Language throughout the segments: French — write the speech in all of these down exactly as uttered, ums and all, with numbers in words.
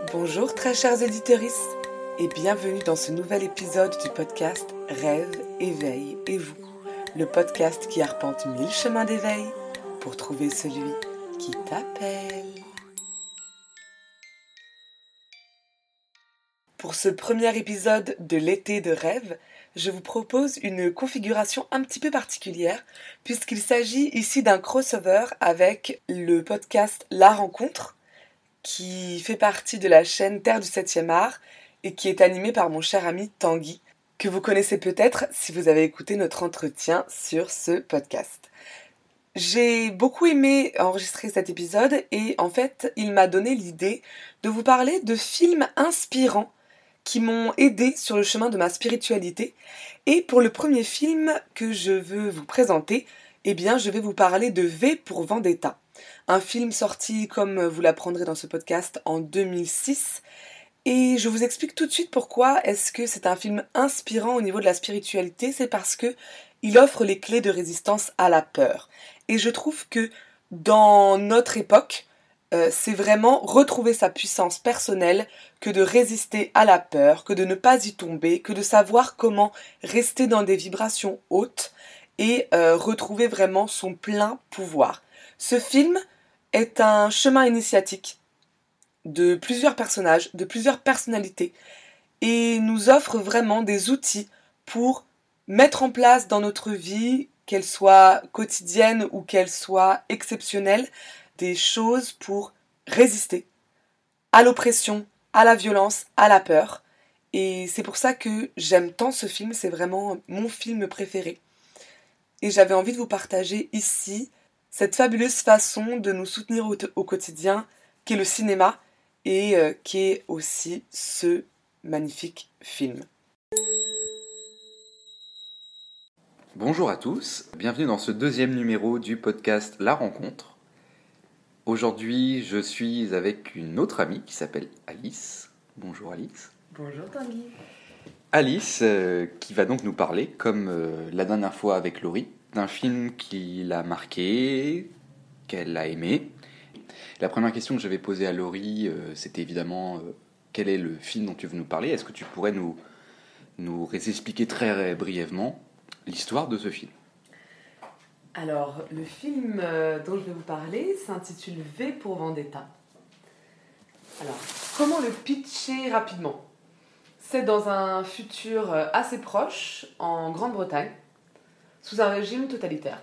Bonjour très chers éditorices et bienvenue dans ce nouvel épisode du podcast Rêve, éveil et vous, le podcast qui arpente mille chemins d'éveil pour trouver celui qui t'appelle. Pour ce premier épisode de l'été de Rêve, je vous propose une configuration un petit peu particulière puisqu'il s'agit ici d'un crossover avec le podcast La Rencontre qui fait partie de la chaîne Terre du septième art et qui est animé par mon cher ami Tanguy, que vous connaissez peut-être si vous avez écouté notre entretien sur ce podcast. J'ai beaucoup aimé enregistrer cet épisode et en fait, il m'a donné l'idée de vous parler de films inspirants qui m'ont aidé sur le chemin de ma spiritualité. Et pour le premier film que je veux vous présenter, eh bien, je vais vous parler de V pour Vendetta. Un film sorti, comme vous l'apprendrez dans ce podcast, en deux mille six. Et je vous explique tout de suite pourquoi est-ce que c'est un film inspirant au niveau de la spiritualité. C'est parce que il offre les clés de résistance à la peur. Et je trouve que dans notre époque, euh, c'est vraiment retrouver sa puissance personnelle que de résister à la peur, que de ne pas y tomber, que de savoir comment rester dans des vibrations hautes et euh, retrouver vraiment son plein pouvoir. Ce film est un chemin initiatique de plusieurs personnages, de plusieurs personnalités, et nous offre vraiment des outils pour mettre en place dans notre vie, qu'elle soit quotidienne ou qu'elle soit exceptionnelle, des choses pour résister à l'oppression, à la violence, à la peur. Et c'est pour ça que j'aime tant ce film, c'est vraiment mon film préféré. Et j'avais envie de vous partager ici cette fabuleuse façon de nous soutenir au, t- au quotidien, qui est le cinéma, et euh, qui est aussi ce magnifique film. Bonjour à tous, bienvenue dans ce deuxième numéro du podcast La Rencontre. Aujourd'hui, je suis avec une autre amie qui s'appelle Alice. Bonjour Alice. Bonjour Tanguy. Alice, euh, qui va donc nous parler, comme euh, la dernière fois avec Laurie, d'un film qui l'a marqué, qu'elle a aimé. La première question que j'avais posée à Laurie, euh, c'était évidemment euh, quel est le film dont tu veux nous parler. Est-ce que tu pourrais nous, nous expliquer très brièvement l'histoire de ce film? Alors, le film euh, dont je vais vous parler s'intitule V pour Vendetta. Alors, comment le pitcher rapidement ? C'est dans un futur euh, assez proche, en Grande-Bretagne, sous un régime totalitaire.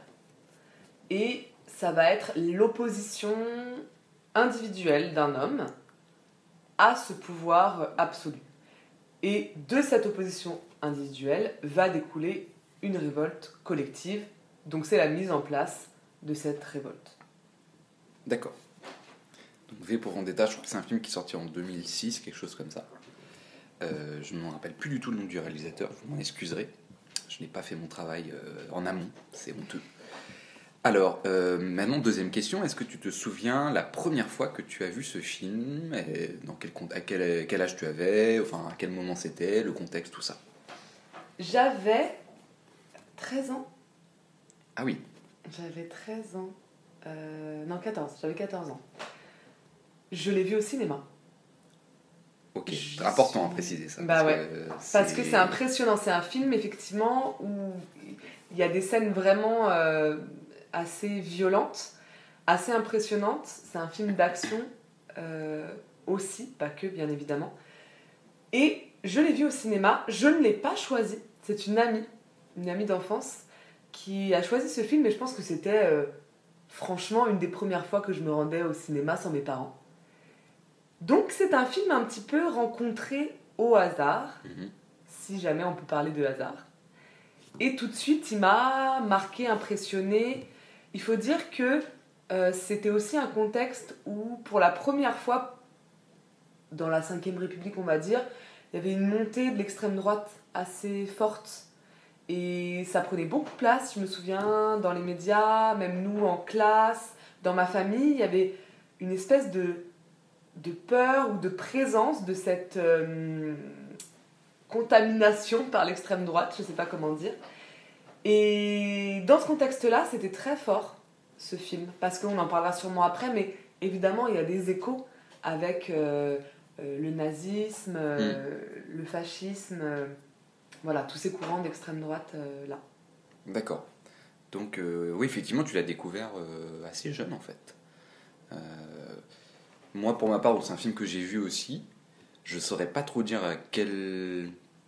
Et ça va être l'opposition individuelle d'un homme à ce pouvoir absolu. Et de cette opposition individuelle va découler une révolte collective. Donc c'est la mise en place de cette révolte. D'accord. Donc V pour Vendetta, je crois que c'est un film qui est sorti en deux mille six, quelque chose comme ça. Euh, je ne m'en rappelle plus du tout le nom du réalisateur, vous m'en excuserez. Je n'ai pas fait mon travail euh, en amont, c'est honteux. Alors, euh, maintenant, deuxième question, est-ce que tu te souviens la première fois que tu as vu ce film, et dans quel, à quel, quel âge tu avais, enfin à quel moment c'était, le contexte, tout ça? J'avais treize ans. Ah oui. J'avais treize ans. Euh, non, quatorze. J'avais quatorze ans. Je l'ai vu au cinéma. Ok, Je important suis... à préciser ça. Bah parce ouais, que parce que c'est impressionnant. C'est un film, effectivement, où il y a des scènes vraiment euh, assez violentes, assez impressionnantes. C'est un film d'action euh, aussi, pas que, bien évidemment. Et je l'ai vu au cinéma. Je ne l'ai pas choisi. C'est une amie, une amie d'enfance, qui a choisi ce film. Et je pense que c'était, euh, franchement, une des premières fois que je me rendais au cinéma sans mes parents. Donc c'est un film un petit peu rencontré au hasard, mmh. si jamais on peut parler de hasard. Et tout de suite, il m'a marqué, impressionné. Il faut dire que euh, c'était aussi un contexte où, pour la première fois, dans la cinquième République, on va dire, il y avait une montée de l'extrême droite assez forte. Et ça prenait beaucoup de place, je me souviens, dans les médias, même nous en classe, dans ma famille, il y avait une espèce de... de peur ou de présence de cette euh, contamination par l'extrême droite, je ne sais pas comment dire. Et dans ce contexte-là, c'était très fort, ce film, parce qu'on en parlera sûrement après, mais évidemment, il y a des échos avec euh, euh, le nazisme, euh, mm. le fascisme, euh, voilà, tous ces courants d'extrême droite euh, là. D'accord. Donc euh, oui, effectivement, tu l'as découvert euh, assez jeune en fait. Euh, moi, pour ma part, c'est un film que j'ai vu aussi. Je saurais pas trop dire à quel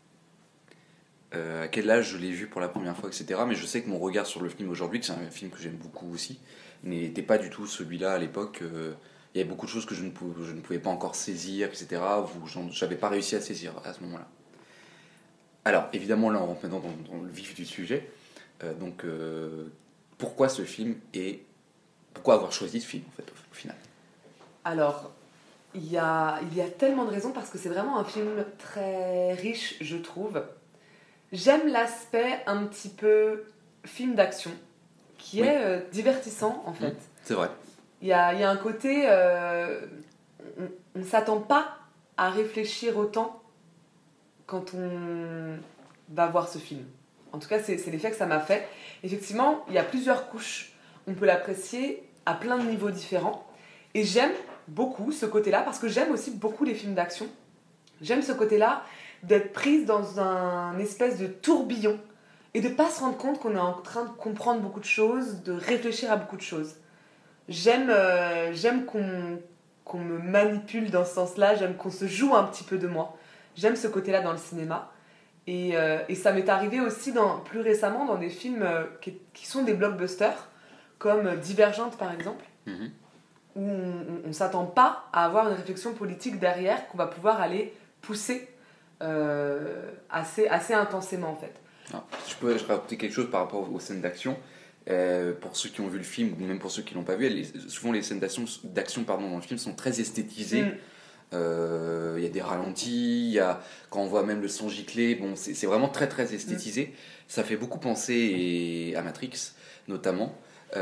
euh, à quel âge je l'ai vu pour la première fois, et cetera. Mais je sais que mon regard sur le film aujourd'hui, que c'est un film que j'aime beaucoup aussi, n'était pas du tout celui-là à l'époque. Euh, il y avait beaucoup de choses que je ne pouvais, je ne pouvais pas encore saisir, et cetera. Ou j'avais pas réussi à saisir à ce moment-là. Alors, évidemment, là, on rentre maintenant dans, dans le vif du sujet. Euh, donc, euh, pourquoi ce film et pourquoi avoir choisi ce film, en fait, au, au final? Alors, il y a, il y a tellement de raisons, parce que c'est vraiment un film très riche, je trouve. J'aime l'aspect un petit peu film d'action, qui oui. est euh, divertissant, en fait. Mmh, c'est vrai. Il y a, il y a un côté... Euh, on ne s'attend pas à réfléchir autant quand on va voir ce film. En tout cas, c'est, c'est l'effet que ça m'a fait. Effectivement, il y a plusieurs couches. On peut l'apprécier à plein de niveaux différents. Et j'aime beaucoup ce côté-là, parce que j'aime aussi beaucoup les films d'action. J'aime ce côté-là d'être prise dans un espèce de tourbillon et de ne pas se rendre compte qu'on est en train de comprendre beaucoup de choses, de réfléchir à beaucoup de choses. J'aime, euh, j'aime qu'on, qu'on me manipule dans ce sens-là, j'aime qu'on se joue un petit peu de moi. J'aime ce côté-là dans le cinéma. Et, euh, et ça m'est arrivé aussi dans, plus récemment dans des films euh, qui, qui sont des blockbusters, comme Divergente par exemple, mm-hmm. où on ne s'attend pas à avoir une réflexion politique derrière qu'on va pouvoir aller pousser euh, assez, assez intensément en fait. Alors, je peux rajouter quelque chose par rapport aux scènes d'action. Euh, pour ceux qui ont vu le film, ou même pour ceux qui ne l'ont pas vu, les, souvent les scènes d'action, d'action pardon, dans le film sont très esthétisées. Mm. Il euh, y a des ralentis, y a, quand on voit même le son gicler, bon, c'est, c'est vraiment très très esthétisé. Mm. Ça fait beaucoup penser à Matrix, notamment.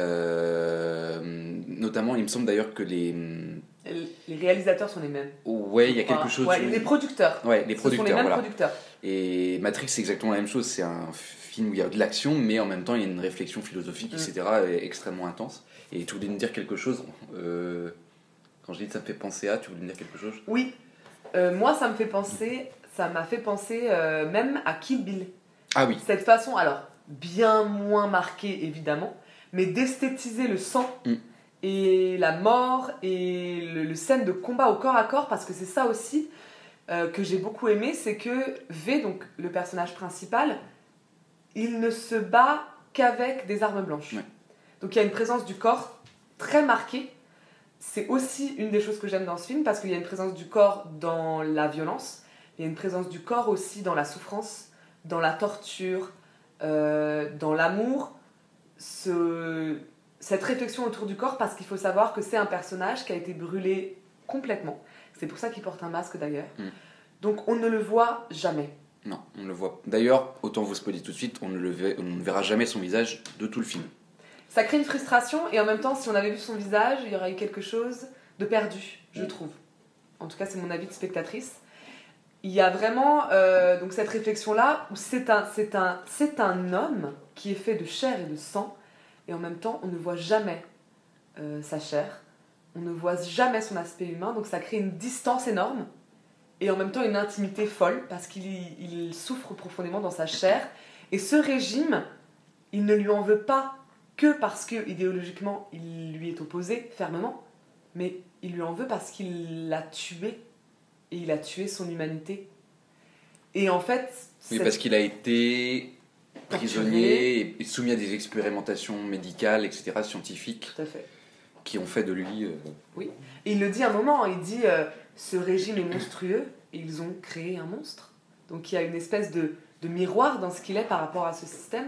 Euh, notamment, il me semble d'ailleurs que les... Les réalisateurs sont les mêmes. Ouais, il y a quelque chose... Ouais, les producteurs. Ouais, les producteurs, Ce sont les mêmes voilà. producteurs. Et Matrix, c'est exactement la même chose. C'est un film où il y a de l'action, mais en même temps, il y a une réflexion philosophique, mm. et cetera, extrêmement intense. Et tu voulais me dire quelque chose euh, Quand je dis que ça me fait penser à, tu voulais me dire quelque chose? Oui. Euh, moi, ça me fait penser... Ça m'a fait penser euh, même à Kill Bill. Ah oui. Cette façon, alors, bien moins marquée, évidemment, mais d'esthétiser le sang... Mm. Et la mort et le, le scène de combat au corps à corps, parce que c'est ça aussi euh, que j'ai beaucoup aimé, c'est que V, donc le personnage principal, il ne se bat qu'avec des armes blanches. Ouais. Donc il y a une présence du corps très marquée. C'est aussi une des choses que j'aime dans ce film, parce qu'il y a une présence du corps dans la violence, il y a une présence du corps aussi dans la souffrance, dans la torture, euh, dans l'amour. Ce... Cette réflexion autour du corps, parce qu'il faut savoir que c'est un personnage qui a été brûlé complètement. C'est pour ça qu'il porte un masque d'ailleurs. Mm. Donc on ne le voit jamais. Non, on ne le voit. D'ailleurs, autant vous spoiler tout de suite, on ne, le verra, on ne verra jamais son visage de tout le film. Ça crée une frustration, et en même temps, si on avait vu son visage, il y aurait eu quelque chose de perdu, je mm. trouve. En tout cas, c'est mon avis de spectatrice. Il y a vraiment euh, donc cette réflexion-là, où c'est un, c'est, un, c'est un homme qui est fait de chair et de sang, et en même temps, on ne voit jamais euh, sa chair, on ne voit jamais son aspect humain, donc ça crée une distance énorme, et en même temps une intimité folle, parce qu'il il souffre profondément dans sa chair, et ce régime, il ne lui en veut pas que parce que idéologiquement il lui est opposé fermement, mais il lui en veut parce qu'il l'a tué, et il a tué son humanité. Et en fait... Oui, cette... parce qu'il a été... prisonnier et soumis à des expérimentations médicales, et cetera, scientifiques. Tout à fait. Qui ont fait de lui... Euh... Oui. Et il le dit à un moment, il dit euh, ce régime est monstrueux et ils ont créé un monstre. Donc il y a une espèce de, de miroir dans ce qu'il est par rapport à ce système.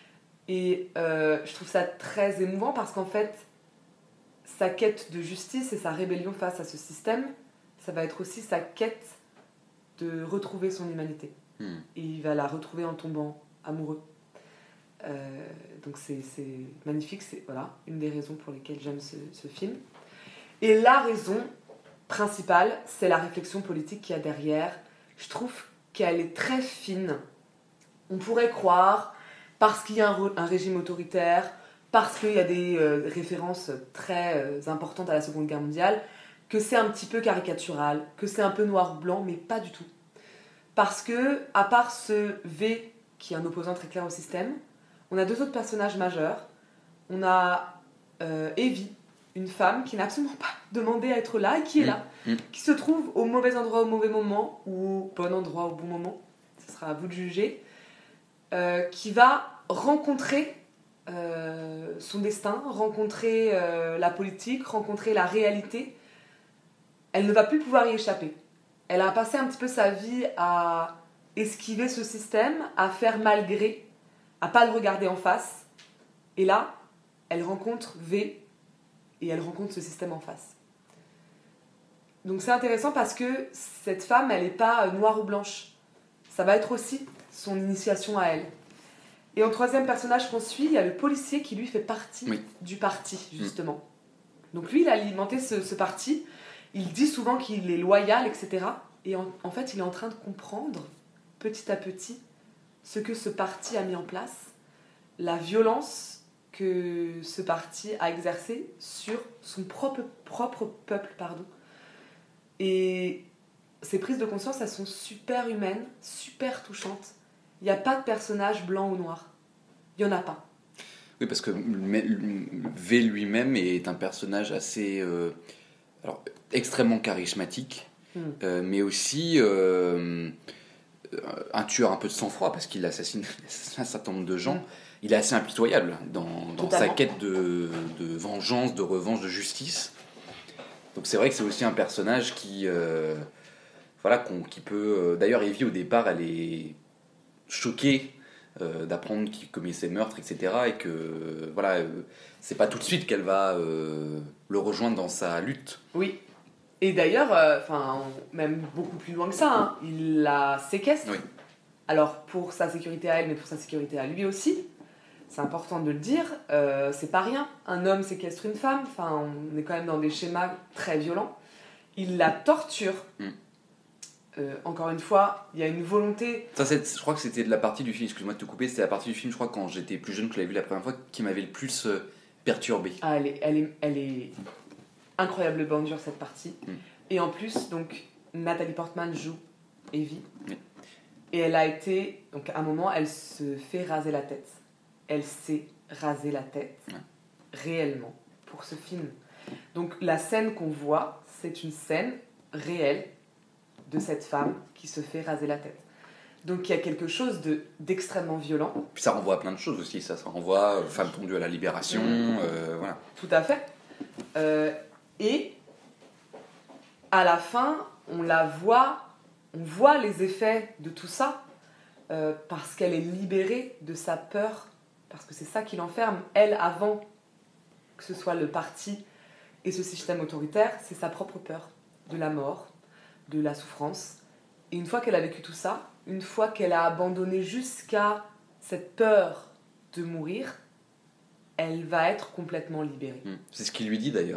Et euh, je trouve ça très émouvant parce qu'en fait, sa quête de justice et sa rébellion face à ce système, ça va être aussi sa quête de retrouver son humanité. Hmm. Et il va la retrouver en tombant amoureux. Euh, donc c'est, c'est magnifique, c'est voilà, une des raisons pour lesquelles j'aime ce, ce film. Et la raison principale, c'est la réflexion politique qu'il y a derrière. Je trouve qu'elle est très fine. On pourrait croire, parce qu'il y a un, un régime autoritaire, parce qu'il y a des euh, références très euh, importantes à la Seconde Guerre mondiale, que c'est un petit peu caricatural, que c'est un peu noir ou blanc, mais pas du tout. Parce que, à part ce V, qui est un opposant très clair au système, on a deux autres personnages majeurs. On a euh, Evie, une femme qui n'a absolument pas demandé à être là et qui est là, mmh. Mmh. qui se trouve au mauvais endroit au mauvais moment, ou au bon endroit au bon moment, ce sera à vous de juger, euh, qui va rencontrer euh, son destin, rencontrer euh, la politique, rencontrer la réalité. Elle ne va plus pouvoir y échapper. Elle a passé un petit peu sa vie à esquiver ce système, à faire malgré, à pas le regarder en face. Et là, elle rencontre V et elle rencontre ce système en face. Donc c'est intéressant parce que cette femme, elle n'est pas noire ou blanche. Ça va être aussi son initiation à elle. Et en troisième personnage qu'on suit, il y a le policier qui lui fait partie oui. du parti, justement. Mmh. Donc lui, il a alimenté ce, ce parti. Il dit souvent qu'il est loyal, et cetera. Et en, en fait, il est en train de comprendre, petit à petit, ce que ce parti a mis en place, la violence que ce parti a exercée sur son propre, propre peuple. Pardon. Et ces prises de conscience, elles sont super humaines, super touchantes. Il n'y a pas de personnage blanc ou noir. Il n'y en a pas. Oui, parce que V lui-même est un personnage assez... Euh, alors, extrêmement charismatique, mm. euh, mais aussi euh, un tueur un peu de sang-froid, parce qu'il assassine un certain nombre de gens. Mm. Il est assez impitoyable dans, dans sa quête de, de vengeance, de revanche, de justice. Donc c'est vrai que c'est aussi un personnage qui... Euh, voilà, qu'on, qui peut... Euh, d'ailleurs, Evie, au départ, elle est choquée euh, d'apprendre qu'il commet ses meurtres, et cetera. Et que, euh, voilà, euh, c'est pas tout de suite qu'elle va euh, le rejoindre dans sa lutte. Oui. Et d'ailleurs, enfin, euh, même beaucoup plus loin que ça, hein, il la séquestre. Oui. Alors, pour sa sécurité à elle, mais pour sa sécurité à lui aussi. C'est important de le dire, euh, c'est pas rien. Un homme séquestre une femme, enfin, on est quand même dans des schémas très violents. Il la torture. Mm. Euh, encore une fois, il y a une volonté... Ça, c'est, je crois que c'était de la partie du film, excuse-moi de te couper, c'était la partie du film, je crois, quand j'étais plus jeune, que je l'avais vu la première fois, qui m'avait le plus euh, perturbé. Ah, elle est, elle est, elle est incroyablement dure, cette partie. Mm. Et en plus, donc, Nathalie Portman joue Evie. Mm. Et elle a été... Donc, à un moment, elle se fait raser la tête. Elle s'est rasé la tête, ouais. réellement, pour ce film. Donc la scène qu'on voit, c'est une scène réelle de cette femme qui se fait raser la tête. Donc il y a quelque chose de, d'extrêmement violent. Puis ça renvoie à plein de choses aussi, ça, ça renvoie euh, femme tondue à la libération, mmh. euh, voilà. Tout à fait. Euh, et à la fin, on la voit, on voit les effets de tout ça, euh, parce qu'elle est libérée de sa peur. Parce que c'est ça qui l'enferme. Elle, avant que ce soit le parti et ce système autoritaire, c'est sa propre peur de la mort, de la souffrance. Et une fois qu'elle a vécu tout ça, une fois qu'elle a abandonné jusqu'à cette peur de mourir, elle va être complètement libérée. C'est ce qu'il lui dit d'ailleurs.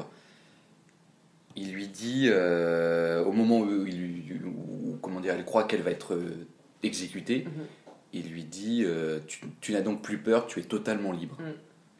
Il lui dit, euh, au moment où, il, où comment dire, elle croit qu'elle va être exécutée, mm-hmm. Il lui dit euh, tu, tu n'as donc plus peur, tu es totalement libre. Mm.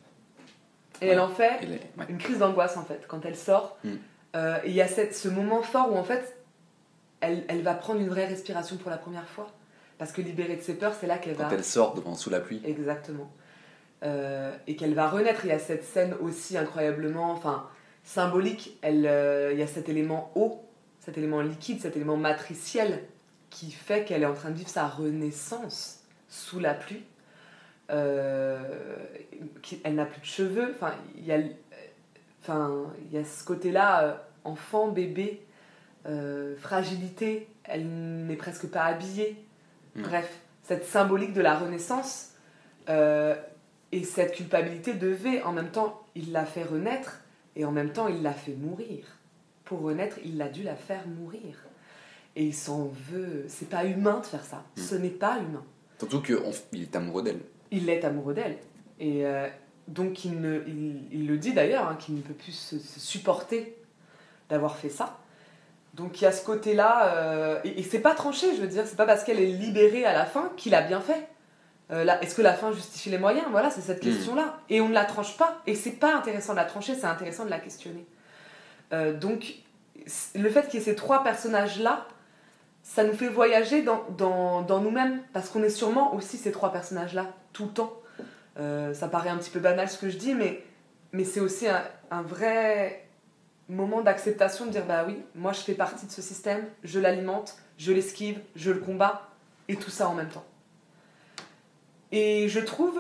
Et ouais. Elle en fait est, ouais. une crise d'angoisse en fait quand elle sort. Mm. Euh, il y a cette, ce moment fort où en fait elle, elle va prendre une vraie respiration pour la première fois. Parce que libérée de ses peurs, c'est là qu'elle quand va... Quand elle sort devant, sous la pluie. Exactement. Euh, et qu'elle va renaître. Il y a cette scène aussi incroyablement enfin, symbolique. Elle, euh, il y a cet élément eau, cet élément liquide, cet élément matriciel qui fait qu'elle est en train de vivre sa renaissance sous la pluie. Euh, elle n'a plus de cheveux. Enfin, il y a, enfin, il y a ce côté-là, euh, enfant, bébé, euh, fragilité. Elle n'est presque pas habillée. Mmh. Bref, cette symbolique de la renaissance euh, et cette culpabilité de V. En même temps, il l'a fait renaître et en même temps, il l'a fait mourir. Pour renaître, il a dû la faire mourir. Et il s'en veut. C'est pas humain de faire ça. Mmh. Ce n'est pas humain. Surtout qu'il est amoureux d'elle. Il est amoureux d'elle. Et euh, donc, il, ne, il, il le dit d'ailleurs, hein, qu'il ne peut plus se, se supporter d'avoir fait ça. Donc, il y a ce côté-là. Euh, et, et c'est pas tranché, je veux dire. C'est pas parce qu'elle est libérée à la fin qu'il a bien fait. Euh, là, est-ce que la fin justifie les moyens ? Voilà, c'est cette question-là. Mmh. Et on ne la tranche pas. Et c'est pas intéressant de la trancher, c'est intéressant de la questionner. Euh, donc, le fait qu'il y ait ces trois personnages-là, ça nous fait voyager dans, dans, dans nous-mêmes, parce qu'on est sûrement aussi ces trois personnages-là, tout le temps. Euh, ça paraît un petit peu banal ce que je dis, mais, mais c'est aussi un, un vrai moment d'acceptation de dire bah oui, moi je fais partie de ce système, je l'alimente, je l'esquive, je le combats, et tout ça en même temps. Et je trouve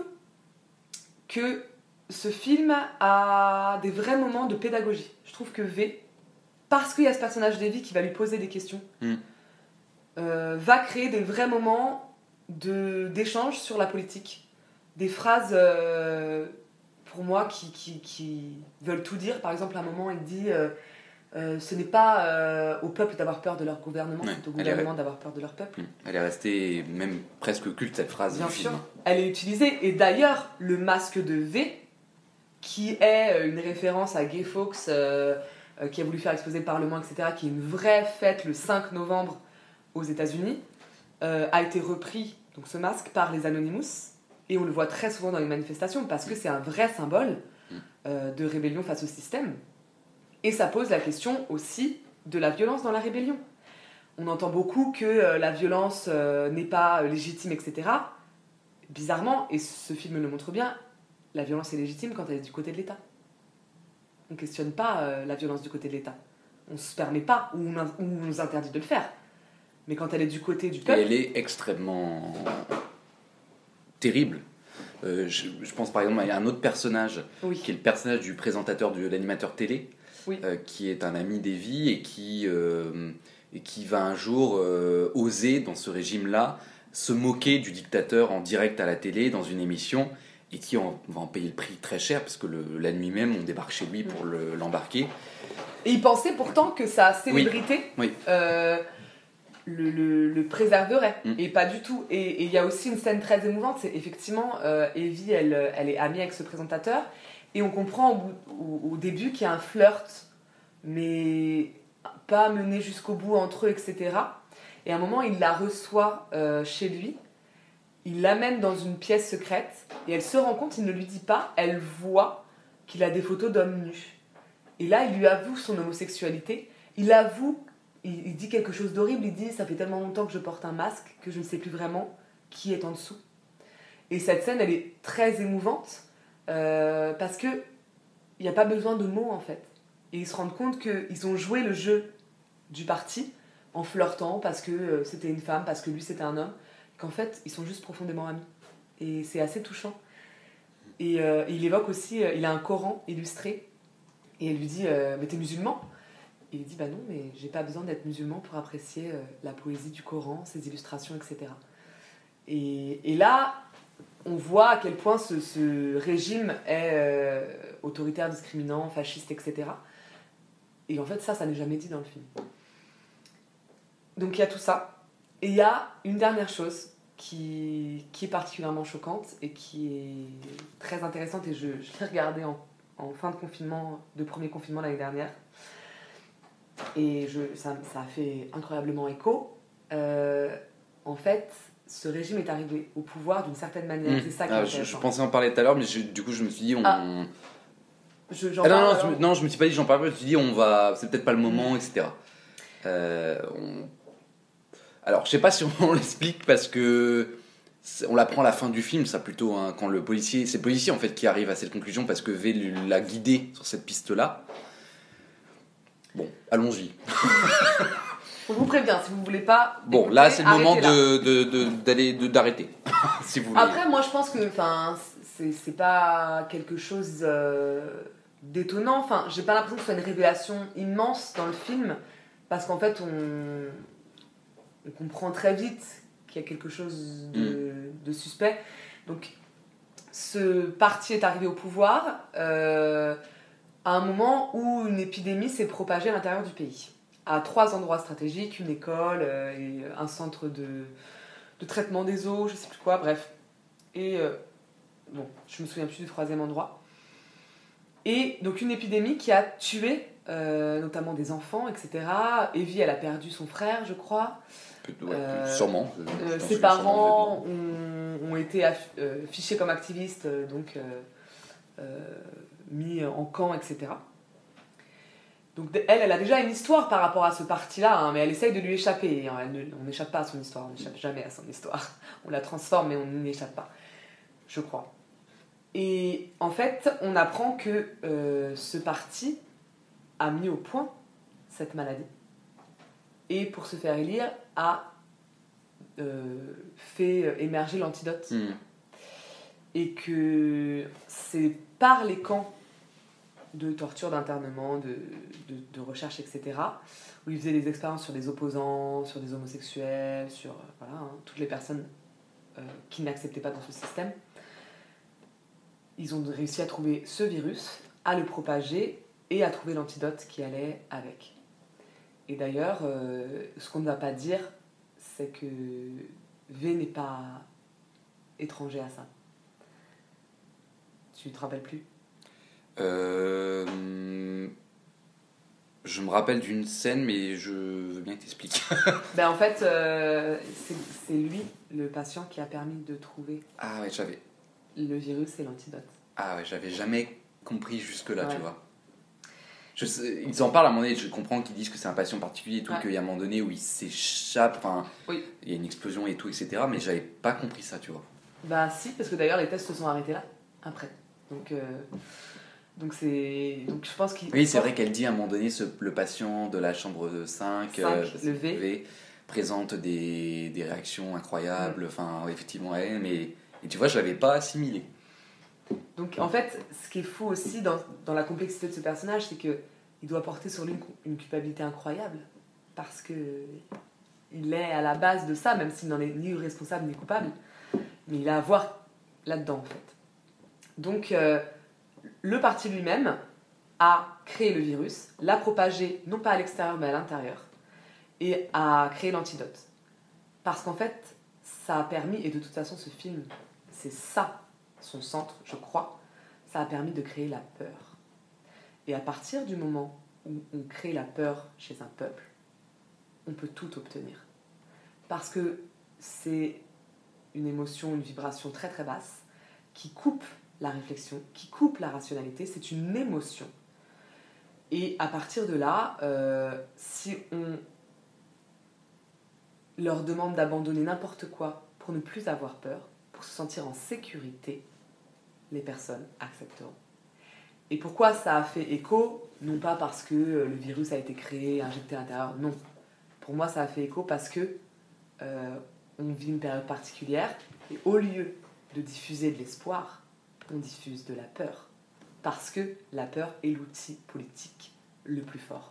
que ce film a des vrais moments de pédagogie. Je trouve que V, parce qu'il y a ce personnage d'Evie qui va lui poser des questions, mm. euh, va créer des vrais moments de, d'échange sur la politique. Des phrases, euh, pour moi, qui, qui, qui veulent tout dire. Par exemple, à un moment, il dit euh, euh, ce n'est pas euh, au peuple d'avoir peur de leur gouvernement, ouais, c'est au gouvernement est... d'avoir peur de leur peuple. Elle est restée même presque culte, cette phrase. Bien sûr, elle est utilisée. Et d'ailleurs, le masque de V, qui est une référence à Guy Fawkes, euh, euh, qui a voulu faire exploser le Parlement, et cetera, qui est une vraie fête le cinq novembre aux États-Unis, euh, a été repris, donc ce masque, par les Anonymous. Et on le voit très souvent dans les manifestations parce que c'est un vrai symbole euh, de rébellion face au système. Et ça pose la question aussi de la violence dans la rébellion. On entend beaucoup que euh, la violence euh, n'est pas euh, légitime, et cetera. Bizarrement, et ce film le montre bien, la violence est légitime quand elle est du côté de l'État. On ne questionne pas euh, la violence du côté de l'État. On ne se permet pas ou on, ou on nous interdit de le faire. Mais quand elle est du côté du peuple... Et elle est extrêmement... terrible. Euh, je, je pense par exemple à un autre personnage, oui. qui est le personnage du présentateur, de l'animateur télé, oui. euh, qui est un ami d'Evie et qui, euh, et qui va un jour euh, oser, dans ce régime-là, se moquer du dictateur en direct à la télé, dans une émission, et qui en, va en payer le prix très cher, parce que le, la nuit même, on débarque chez lui pour le, l'embarquer. Et il pensait pourtant que sa célébrité... Oui. Oui. Euh, Le, le, le préserverait, mmh. et pas du tout. Et il y a aussi une scène très émouvante, c'est effectivement, euh, Evie, elle, elle est amie avec ce présentateur, et on comprend au, au, au début qu'il y a un flirt, mais pas mené jusqu'au bout entre eux, et cetera. Et à un moment, il la reçoit euh, chez lui, il l'amène dans une pièce secrète, et elle se rend compte, il ne lui dit pas, elle voit qu'il a des photos d'hommes nus. Et là, il lui avoue son homosexualité, il avoue il dit quelque chose d'horrible, il dit « ça fait tellement longtemps que je porte un masque que je ne sais plus vraiment qui est en dessous ». Et cette scène, elle est très émouvante euh, parce qu'il n'y a pas besoin de mots en fait. Et ils se rendent compte qu'ils ont joué le jeu du parti en flirtant parce que euh, c'était une femme, parce que lui c'était un homme, qu'en fait ils sont juste profondément amis. Et c'est assez touchant. Et euh, il évoque aussi, euh, il a un Coran illustré et elle lui dit euh, « mais t'es musulman ?» Et il dit, bah non, mais j'ai pas besoin d'être musulman pour apprécier euh, la poésie du Coran, ses illustrations, et cetera. Et, et là, on voit à quel point ce, ce régime est euh, autoritaire, discriminant, fasciste, et cetera. Et en fait, ça, ça n'est jamais dit dans le film. Donc il y a tout ça. Et il y a une dernière chose qui, qui est particulièrement choquante et qui est très intéressante, et je, je l'ai regardée en, en fin de confinement, de premier confinement l'année dernière. Et je, ça, ça a fait incroyablement écho. Euh, en fait, ce régime est arrivé au pouvoir d'une certaine manière. Mmh. C'est ça qui ah, est je, je pensais en parler tout à l'heure, mais je, du coup, je me suis dit... On... Ah. Je, j'en ah, non, parle, non, je, non, je me suis pas dit j'en parle pas, je me suis dit on va... c'est peut-être pas le moment, mmh. et cetera. Euh, on... Alors, je sais pas si on l'explique parce que... on l'apprend à la fin du film, ça plutôt, hein, quand le policier... C'est le policier, en fait, qui arrive à cette conclusion parce que V l'a guidé sur cette piste-là. Bon, allons-y. On vous prévient, si vous voulez pas... Bon, écouter, là, c'est le moment de, de, de, d'aller, de, d'arrêter. Si vous voulez. Après, moi, je pense que c'est, c'est pas quelque chose euh, d'étonnant. Enfin, j'ai pas l'impression que ce soit une révélation immense dans le film, parce qu'en fait, on, on comprend très vite qu'il y a quelque chose de, mm. de suspect. Donc, ce parti est arrivé au pouvoir... Euh, à un moment où une épidémie s'est propagée à l'intérieur du pays. À trois endroits stratégiques, une école euh, et un centre de, de traitement des eaux, je sais plus quoi, bref. Et, euh, bon, je me souviens plus du troisième endroit. Et donc une épidémie qui a tué euh, notamment des enfants, et cetera. Evie, elle a perdu son frère, je crois. Ouais, euh, sûrement. Euh, ses parents ont, ont été aff- euh, fichés comme activistes, donc... Euh, euh, mis en camp, et cetera. Donc elle, elle a déjà une histoire par rapport à ce parti-là, hein, mais elle essaye de lui échapper. Elle ne, on n'échappe pas à son histoire, on n'échappe jamais à son histoire. On la transforme, mais on n'y échappe pas, je crois. Et en fait, on apprend que euh, ce parti a mis au point cette maladie. Et pour se faire élire, a euh, fait émerger l'antidote. Mmh. Et que c'est par les camps de torture, d'internement, de, de, de recherche, et cetera, où ils faisaient des expériences sur des opposants, sur des homosexuels, sur euh, voilà, hein, toutes les personnes euh, qui n'acceptaient pas dans ce système. Ils ont réussi à trouver ce virus, à le propager et à trouver l'antidote qui allait avec. Et d'ailleurs, euh, ce qu'on ne va pas dire, c'est que V n'est pas étranger à ça. Tu te rappelles plus ? euh... Je me rappelle d'une scène, mais je veux bien que tu expliques. Ben en fait, euh, c'est, c'est lui, le patient, qui a permis de trouver Ah ouais, j'avais... le virus et l'antidote. Ah ouais, j'avais jamais compris jusque-là, Ouais. tu vois. Je sais, ils en parlent à un moment donné, je comprends qu'ils disent que c'est un patient particulier et tout, Ouais. qu'il y a un moment donné où il s'échappe, enfin, Oui. il y a une explosion et tout, et cetera. Mais j'avais pas compris ça, tu vois. Bah si, parce que d'ailleurs les tests se sont arrêtés là, après. Donc, euh, donc, c'est, donc je pense qu'il... Oui, c'est vrai qu'elle dit à un moment donné, ce, le patient de la chambre cinq, cinq, euh, le V. présente des, des réactions incroyables, enfin, ouais. Effectivement, ouais, mais et tu vois, je l'avais pas assimilé. Donc en fait, ce qui est fou aussi dans, dans la complexité de ce personnage, c'est qu'il doit porter sur lui une, une culpabilité incroyable, parce que il est à la base de ça, même s'il n'en est ni responsable ni coupable, mais il a à voir là-dedans en fait. Donc euh, le parti lui-même a créé le virus, l'a propagé non pas à l'extérieur mais à l'intérieur, et a créé l'antidote. Parce qu'en fait, ça a permis, et de toute façon ce film, c'est ça son centre, je crois, ça a permis de créer la peur. Et à partir du moment où on crée la peur chez un peuple, on peut tout obtenir. Parce que c'est une émotion, une vibration très très basse qui coupe la réflexion, qui coupe la rationalité, c'est une émotion. Et à partir de là, euh, si on leur demande d'abandonner n'importe quoi pour ne plus avoir peur, pour se sentir en sécurité, les personnes accepteront. Et pourquoi ça a fait écho ? Non pas parce que le virus a été créé, injecté à l'intérieur, non. Pour moi, ça a fait écho parce que euh, on vit une période particulière et au lieu de diffuser de l'espoir, on diffuse de la peur. Parce que la peur est l'outil politique le plus fort.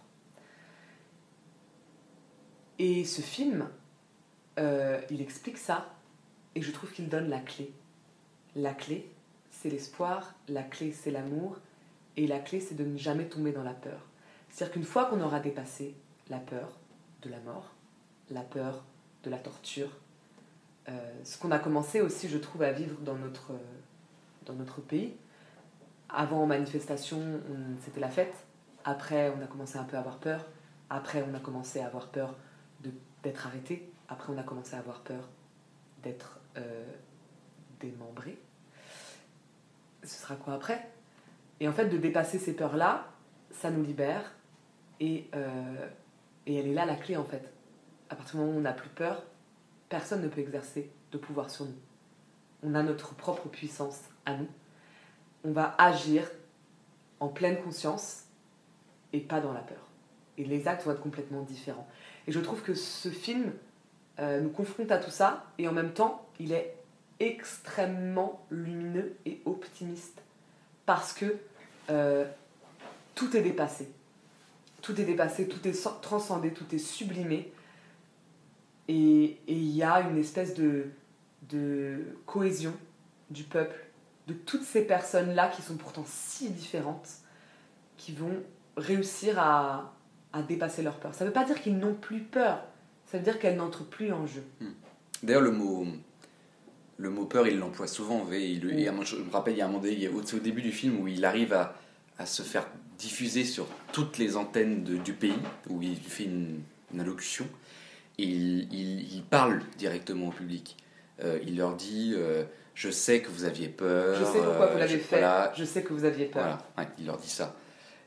Et ce film, euh, il explique ça et je trouve qu'il donne la clé. La clé, c'est l'espoir, la clé, c'est l'amour, et la clé, c'est de ne jamais tomber dans la peur. C'est-à-dire qu'une fois qu'on aura dépassé la peur de la mort, la peur de la torture, euh, ce qu'on a commencé aussi, je trouve, à vivre dans notre, euh, dans notre pays. Avant, en manifestation, on, c'était la fête. Après, on a commencé un peu à avoir peur. Après, on a commencé à avoir peur de, d'être arrêté. Après, on a commencé à avoir peur d'être euh, démembré. Ce sera quoi après ? Et en fait, de dépasser ces peurs-là, ça nous libère. Et, euh, et elle est là la clé, en fait. À partir du moment où on n'a plus peur, personne ne peut exercer de pouvoir sur nous. On a notre propre puissance à nous. On va agir en pleine conscience et pas dans la peur. Et les actes vont être complètement différents. Et je trouve que ce film euh, nous confronte à tout ça, et en même temps, il est extrêmement lumineux et optimiste. Parce que euh, tout est dépassé. Tout est dépassé, tout est transcendé, tout est sublimé. Et il y a une espèce de, de cohésion du peuple, de toutes ces personnes-là qui sont pourtant si différentes, qui vont réussir à, à dépasser leur peur. Ça ne veut pas dire qu'ils n'ont plus peur, ça veut dire qu'elles n'entrent plus en jeu. D'ailleurs, le mot, le mot peur, il l'emploie souvent. Il, il, il, je me rappelle, il y a un moment donné, il y a, c'est au début du film où il arrive à, à se faire diffuser sur toutes les antennes de, du pays, où il fait une, une allocution, et il, il, il parle directement au public. Euh, il leur dit euh, « Je sais que vous aviez peur. Je sais pourquoi vous l'avez je, fait. Voilà, je sais que vous aviez peur. » Voilà, ouais, il leur dit ça.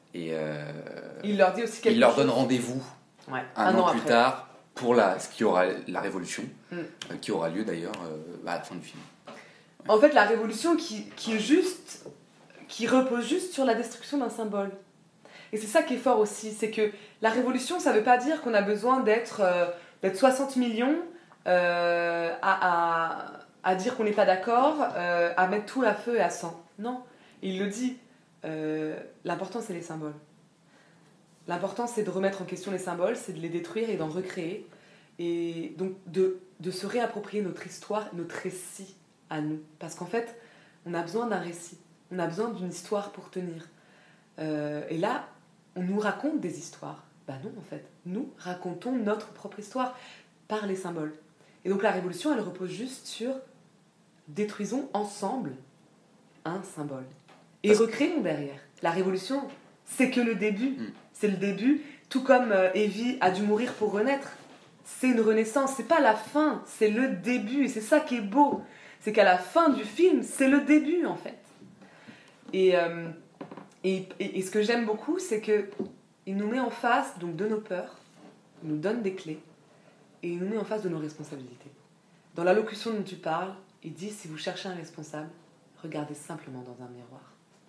Et euh, il leur dit aussi quelque il leur chose. donne rendez-vous ouais. un, un an, an plus après. tard pour la, ce qui aura la révolution, mm. euh, qui aura lieu d'ailleurs euh, à la fin du film. Ouais. En fait, la révolution qui, qui est juste, qui repose juste sur la destruction d'un symbole. Et c'est ça qui est fort aussi, c'est que la révolution, ça veut pas dire qu'on a besoin d'être, euh, d'être soixante millions euh, à, à, à dire qu'on n'est pas d'accord, euh, à mettre tout à feu et à sang. Non, il le dit. Euh, l'important, c'est les symboles. L'important, c'est de remettre en question les symboles, c'est de les détruire et d'en recréer. Et donc, de, de se réapproprier notre histoire, notre récit à nous. Parce qu'en fait, on a besoin d'un récit. On a besoin d'une histoire pour tenir. Euh, et là, on nous raconte des histoires. Ben non, en fait. Nous racontons notre propre histoire par les symboles. Et donc, la révolution, elle repose juste sur détruisons ensemble un symbole. Et Parce... recréons derrière. La révolution, c'est que le début. Mm. C'est le début. Tout comme euh, Evie a dû mourir pour renaître. C'est une renaissance. C'est pas la fin, c'est le début. Et c'est ça qui est beau. C'est qu'à la fin du film, c'est le début, en fait. Et... Euh, Et, et, et ce que j'aime beaucoup, c'est qu'il nous met en face donc, de nos peurs, il nous donne des clés, et il nous met en face de nos responsabilités. Dans l'allocution dont tu parles, il dit, si vous cherchez un responsable, regardez simplement dans un miroir.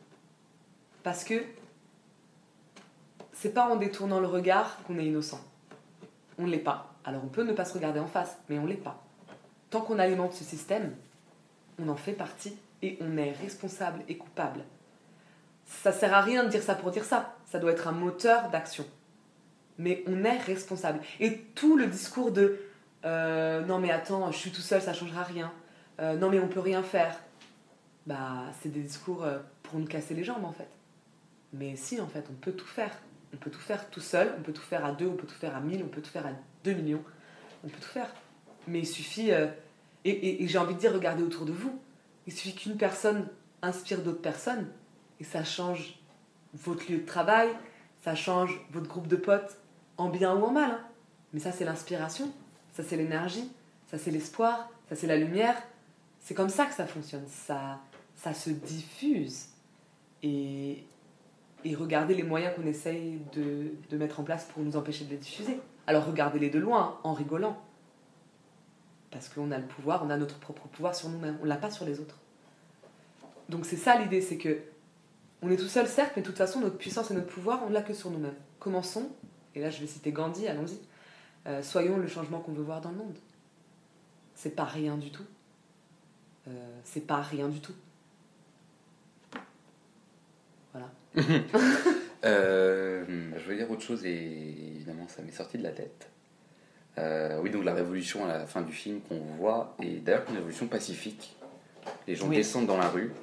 Parce que c'est pas en détournant le regard qu'on est innocent. On ne l'est pas. Alors on peut ne pas se regarder en face, mais on ne l'est pas. Tant qu'on alimente ce système, on en fait partie, et on est responsable et coupable. Ça sert à rien de dire ça pour dire ça. Ça doit être un moteur d'action. Mais on est responsable. Et tout le discours de euh, non mais attends, je suis tout seul, ça changera rien. Euh, non mais on peut rien faire. Bah c'est des discours pour nous casser les jambes en fait. Mais si en fait on peut tout faire. On peut tout faire tout seul, on peut tout faire à deux, on peut tout faire à mille, on peut tout faire à deux millions. On peut tout faire. Mais il suffit. Euh, et, et, et j'ai envie de dire, regardez autour de vous. Il suffit qu'une personne inspire d'autres personnes. Et ça change votre lieu de travail, ça change votre groupe de potes, en bien ou en mal. Hein. Mais ça, c'est l'inspiration, ça, c'est l'énergie, ça, c'est l'espoir, ça, c'est la lumière. C'est comme ça que ça fonctionne. Ça, ça se diffuse. Et, et regardez les moyens qu'on essaye de, de mettre en place pour nous empêcher de les diffuser. Alors regardez-les de loin, hein, en rigolant. Parce qu'on a le pouvoir, on a notre propre pouvoir sur nous-mêmes. On ne l'a pas sur les autres. Donc c'est ça l'idée, c'est que on est tout seul, certes, mais de toute façon, notre puissance et notre pouvoir, on ne l'a que sur nous-mêmes. Commençons, et là je vais citer Gandhi, allons-y, euh, soyons le changement qu'on veut voir dans le monde. C'est pas rien du tout. Euh, c'est pas rien du tout. Voilà. euh, je voulais dire autre chose, et évidemment, ça m'est sorti de la tête. Euh, oui, donc la révolution à la fin du film qu'on voit, est d'ailleurs une révolution pacifique. Les gens oui. descendent dans la rue,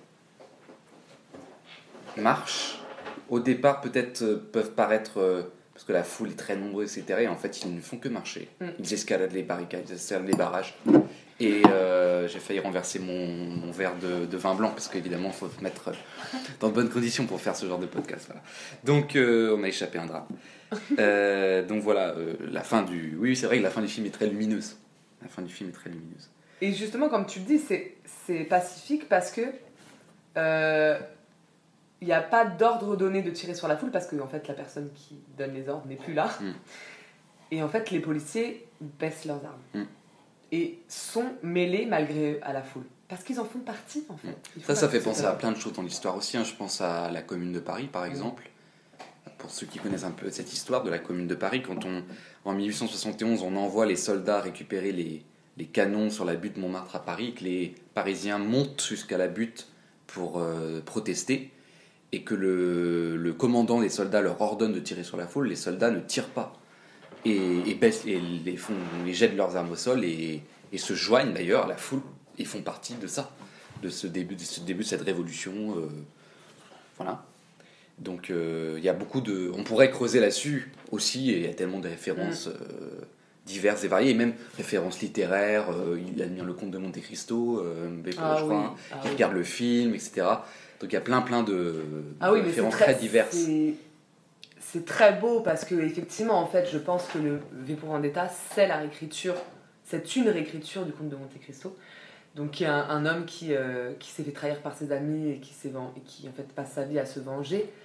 marchent, au départ peut-être euh, peuvent paraître, euh, parce que la foule est très nombreuse, et cetera. Et en fait, ils ne font que marcher. Mm. Ils escaladent les barricades, ils escaladent les barrages. Et euh, j'ai failli renverser mon, mon verre de, de vin blanc, parce qu'évidemment, il faut se mettre dans de bonnes conditions pour faire ce genre de podcast. Voilà. Donc, euh, on a échappé un drap. Euh, donc voilà, euh, la fin du... Oui, c'est vrai que la fin du film est très lumineuse. La fin du film est très lumineuse. Et justement, comme tu le dis, c'est, c'est pacifique parce que... Euh, il n'y a pas d'ordre donné de tirer sur la foule parce que en fait, la personne qui donne les ordres n'est plus là. Mm. Et en fait, les policiers baissent leurs armes. Mm. Et sont mêlés malgré eux à la foule. Parce qu'ils en font partie, en fait. Mm. Ça, ça fait penser à plein de choses dans l'histoire aussi. Hein. Je pense à la Commune de Paris, par exemple. Mm. Pour ceux qui connaissent un peu cette histoire de la Commune de Paris, quand on, en dix-huit cent soixante et onze, on envoie les soldats récupérer les, les canons sur la butte Montmartre à Paris, que les Parisiens montent jusqu'à la butte pour euh, protester, et que le, le commandant des soldats leur ordonne de tirer sur la foule, les soldats ne tirent pas et, et, baissent, et les, font, les jettent leurs armes au sol et, et se joignent d'ailleurs à la foule et font partie de ça, de ce début de, ce début de cette révolution. Euh, voilà. Donc il euh, y a beaucoup de... On pourrait creuser là-dessus aussi, et il y a tellement de références euh, diverses et variées, et même références littéraires. Euh, il admire le comte de Monte Cristo, euh, Bacon, ah, je oui. crois, ah, il oui. regarde le film, et cetera. Donc il y a plein plein de, ah de oui, références très, très diverses. C'est, c'est très beau parce que effectivement, en fait, je pense que le V pour Vendetta, c'est la réécriture, c'est une réécriture du comte de Monte Cristo. Donc qui est un, un homme qui, euh, qui s'est fait trahir par ses amis et qui, s'est, et qui en fait passe sa vie à se venger.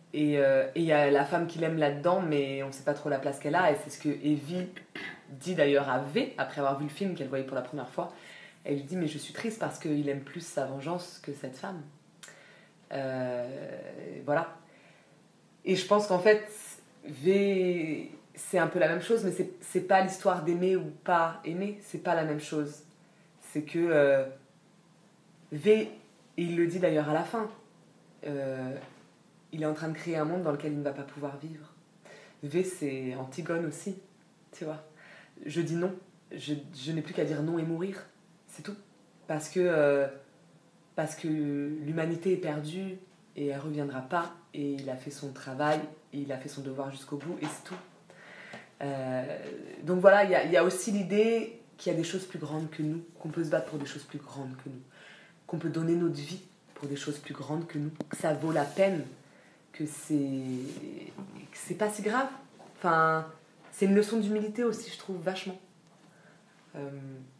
Et il euh, y a la femme qu'il aime là-dedans, mais on ne sait pas trop la place qu'elle a. Et c'est ce que Evie dit d'ailleurs à V, après avoir vu le film qu'elle voyait pour la première fois. Elle lui dit, mais je suis triste parce qu'il aime plus sa vengeance que cette femme. Euh, voilà. Et je pense qu'en fait, V, c'est un peu la même chose, mais c'est, c'est pas l'histoire d'aimer ou pas aimer. C'est pas la même chose. C'est que euh, V, et il le dit d'ailleurs à la fin, euh, il est en train de créer un monde dans lequel il ne va pas pouvoir vivre. V, c'est Antigone aussi, tu vois. Je dis non. Je, je n'ai plus qu'à dire non et mourir. C'est tout. Parce que, euh, parce que l'humanité est perdue et elle ne reviendra pas. Et il a fait son travail et il a fait son devoir jusqu'au bout et c'est tout. Euh, donc voilà, il y a, y a aussi l'idée qu'il y a des choses plus grandes que nous, qu'on peut se battre pour des choses plus grandes que nous, qu'on peut donner notre vie pour des choses plus grandes que nous, que ça vaut la peine, que c'est, que c'est pas si grave. Enfin, c'est une leçon d'humilité aussi, je trouve, vachement. Euh...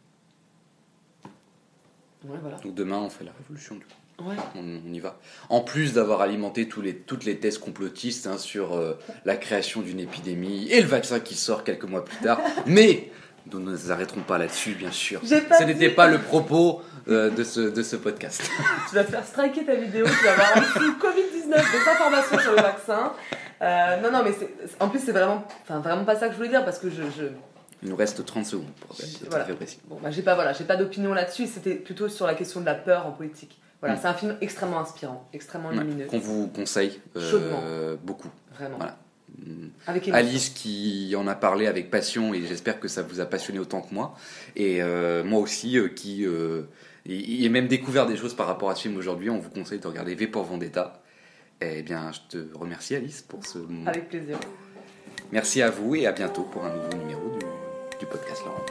Ouais, voilà. Donc demain, on fait la révolution, du coup. Ouais. On, on y va. En plus d'avoir alimenté tous les, toutes les thèses complotistes hein, sur euh, la création d'une épidémie et le vaccin qui sort quelques mois plus tard. Mais nous ne nous arrêterons pas là-dessus, bien sûr. Ce n'était pas le propos euh, de, ce, de ce podcast. Tu vas te faire striker ta vidéo, tu vas avoir en dessous covid dix-neuf, des informations sur le vaccin. Euh, non, non, mais c'est, en plus, c'est vraiment, enfin, vraiment pas ça que je voulais dire parce que je... je... Il nous reste trente secondes pour être voilà. très précis. Bon, bah, j'ai pas, voilà, j'ai pas d'opinion là-dessus, c'était plutôt sur la question de la peur en politique. Voilà, mmh. C'est un film extrêmement inspirant, extrêmement lumineux. Ouais, qu'on vous conseille euh, beaucoup. Vraiment. Voilà. Avec Alice qui en a parlé avec passion et j'espère que ça vous a passionné autant que moi. Et euh, moi aussi euh, qui euh, ai même découvert des choses par rapport à ce film aujourd'hui. On vous conseille de regarder V pour Vendetta. Eh bien, je te remercie Alice pour ce moment. Avec plaisir. Merci à vous et à bientôt pour un nouveau numéro du, du podcast Laurent.